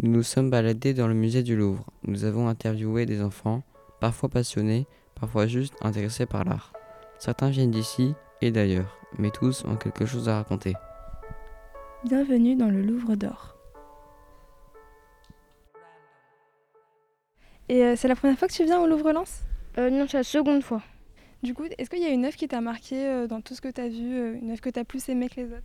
Nous nous sommes baladés dans le musée du Louvre. Nous avons interviewé des enfants, parfois passionnés, parfois juste intéressés par l'art. Certains viennent d'ici et d'ailleurs, mais tous ont quelque chose à raconter. Bienvenue dans le Louvre d'Or. Et c'est la première fois que tu viens au Louvre-Lens ? Non, c'est la seconde fois. Du coup, est-ce qu'il y a une œuvre qui t'a marqué dans tout ce que tu as vu, une œuvre que tu as plus aimée que les autres ?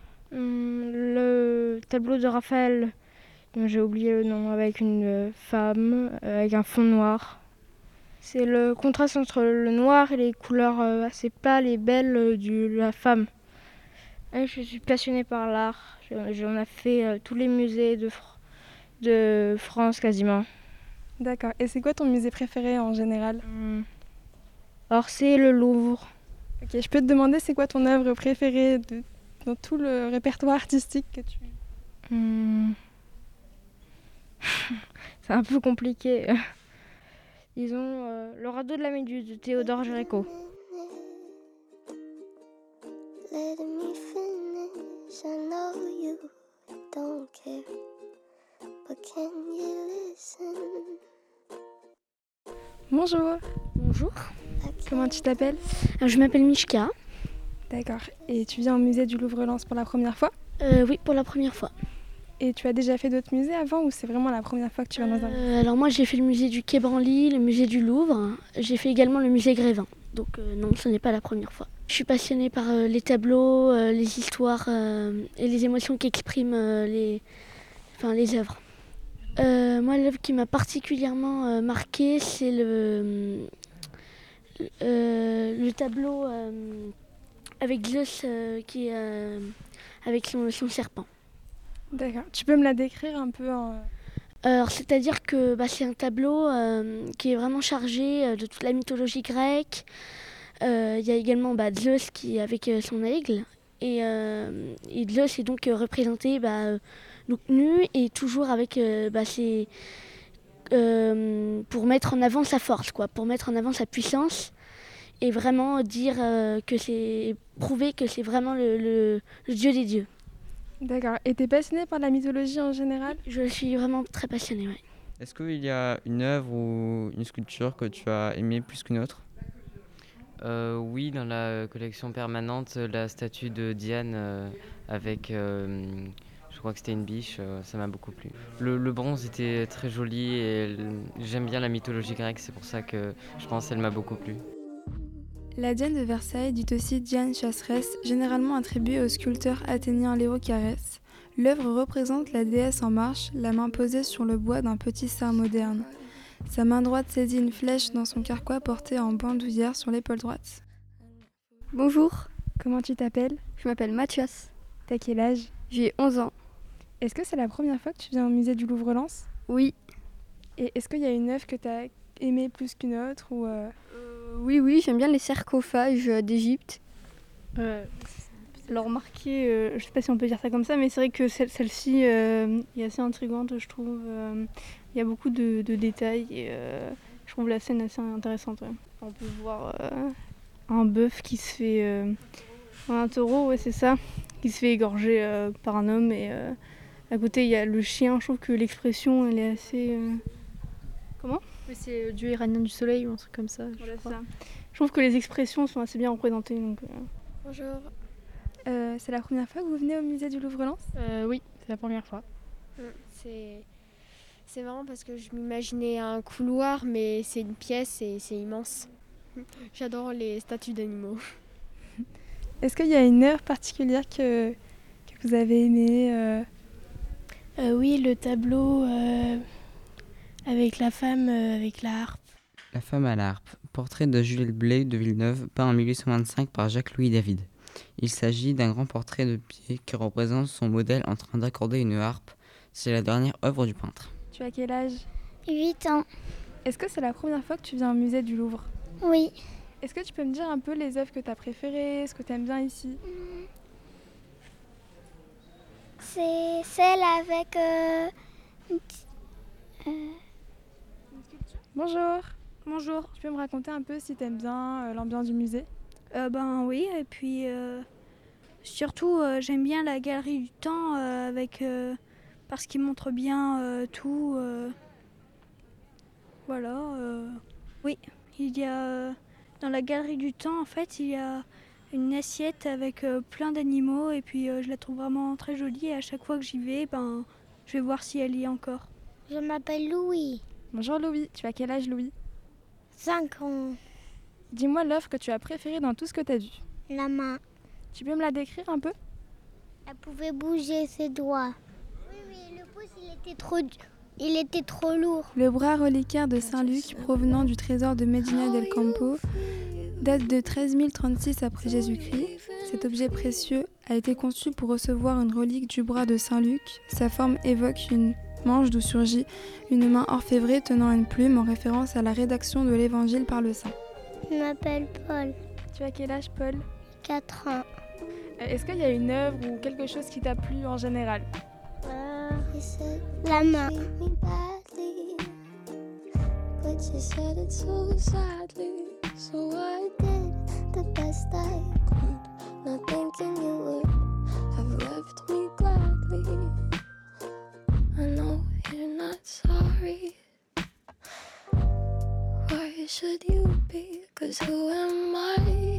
Le tableau de Raphaël, dont j'ai oublié le nom, avec une femme, avec un fond noir. C'est le contraste entre le noir et les couleurs assez pâles et belles de la femme. Et je suis passionnée par l'art. J'en ai fait tous les musées de France quasiment. D'accord. Et c'est quoi ton musée préféré en général ? Alors c'est le Louvre. Ok, je peux te demander c'est quoi ton œuvre préférée dans tout le répertoire artistique que tu... C'est un peu compliqué. Disons le radeau de la Méduse de Théodore Géricault. Let me finish, I know you don't care, but can you listen? Bonjour, Bonjour, comment tu t'appelles ? je m'appelle Mishka. D'accord. Et tu viens au musée du Louvre-Lens pour la première fois ? Oui, pour la première fois. Et tu as déjà fait d'autres musées avant ou c'est vraiment la première fois que tu viens dans un musée ? Alors moi j'ai fait le musée du Quai Branly, le musée du Louvre. J'ai fait également le musée Grévin. Donc non, ce n'est pas la première fois. Je suis passionnée par les tableaux, les histoires et les émotions qu'expriment les œuvres. Moi l'œuvre qui m'a particulièrement marquée, c'est le tableau avec Zeus qui est avec son serpent. D'accord. Tu peux me la décrire un peu Alors, c'est-à-dire que c'est un tableau qui est vraiment chargé de toute la mythologie grecque. Il y a également Zeus qui est avec son aigle. Et Zeus est donc représenté donc nu et toujours avec pour mettre en avant sa force, pour mettre en avant sa puissance et vraiment dire prouver que c'est vraiment le dieu des dieux. D'accord. Et t'es passionnée par la mythologie en général ? Je suis vraiment très passionnée, oui. Est-ce qu'il y a une œuvre ou une sculpture que tu as aimée plus qu'une autre ? Oui, dans la collection permanente, la statue de Diane avec, je crois que c'était une biche, ça m'a beaucoup plu. Le bronze était très joli et j'aime bien la mythologie grecque, c'est pour ça que je pense qu'elle m'a beaucoup plu. La Diane de Versailles, dite aussi Diane chasseresse, généralement attribuée au sculpteur athénien Léo Carès. L'œuvre représente la déesse en marche, la main posée sur le bois d'un petit cerf moderne. Sa main droite saisit une flèche dans son carquois porté en bandoulière sur l'épaule droite. Bonjour, Comment tu t'appelles ? je m'appelle Mathias, T'as quel âge ? j'ai 11 ans. Est-ce que c'est la première fois que tu viens au musée du Louvre-Lens ? Oui, Et est-ce qu'il y a une œuvre que t'as aimée plus qu'une autre ou oui, j'aime bien les sarcophages d'Égypte. Alors remarquez, je sais pas si on peut dire ça comme ça, mais c'est vrai que celle-ci est assez intrigante, je trouve. Il y a beaucoup de détails et je trouve la scène assez intéressante. Ouais. On peut voir un bœuf qui se fait... un taureau, ouais c'est ça, qui se fait égorger par un homme et à côté il y a le chien. Je trouve que l'expression elle est assez... Comment ? Oui, c'est le dieu iranien du soleil ou un truc comme ça. Voilà, c'est ça. Je trouve que les expressions sont assez bien représentées. Donc, Bonjour. c'est la première fois que vous venez au musée du Louvre-Lens ? Oui, c'est la première fois. C'est marrant parce que je m'imaginais un couloir, mais c'est une pièce et c'est immense. J'adore les statues d'animaux. Est-ce qu'il y a une œuvre particulière que vous avez aimée Oui, le tableau avec la femme avec la harpe. La femme à la harpe, portrait de Juliette Blay de Villeneuve, peint en 1825 par Jacques-Louis David. Il s'agit d'un grand portrait de pied qui représente son modèle en train d'accorder une harpe. C'est la dernière œuvre du peintre. Tu as quel âge ? 8 ans. Est-ce que c'est la première fois que tu viens au musée du Louvre ? Oui. Est-ce que tu peux me dire un peu les œuvres que tu as préférées, ce que tu aimes bien ici ? C'est celle avec... Bonjour. Bonjour. Tu peux me raconter un peu si tu aimes bien l'ambiance du musée ? Oui, et puis surtout j'aime bien la galerie du temps avec parce qu'il montre bien tout. Voilà. Oui, il y a dans la galerie du temps, en fait, il y a une assiette avec plein d'animaux et puis je la trouve vraiment très jolie et à chaque fois que j'y vais, je vais voir si elle y est encore. Je m'appelle Louis. Bonjour Louis, tu as quel âge Louis? 5 ans. Dis-moi l'œuvre que tu as préférée dans tout ce que tu as vu. La main. Tu peux me la décrire un peu? Elle pouvait bouger ses doigts. Oui, mais le pouce, il était trop lourd. Le bras reliquaire de Saint-Luc, provenant du trésor de Medina del Campo, date de 13 036 après Jésus-Christ. Cet objet précieux a été conçu pour recevoir une relique du bras de Saint-Luc. Sa forme évoque une manche d'où surgit une main orfévrée tenant une plume en référence à la rédaction de l'évangile par le saint. Je m'appelle Paul. Tu as quel âge Paul? 4 ans. Est-ce qu'il y a une œuvre ou quelque chose qui t'a plu en général? La main. But she said it so sadly, so I did the best I could, not thinking you would have left me gladly. I know you're not sorry. Why should you be? 'Cause who am I?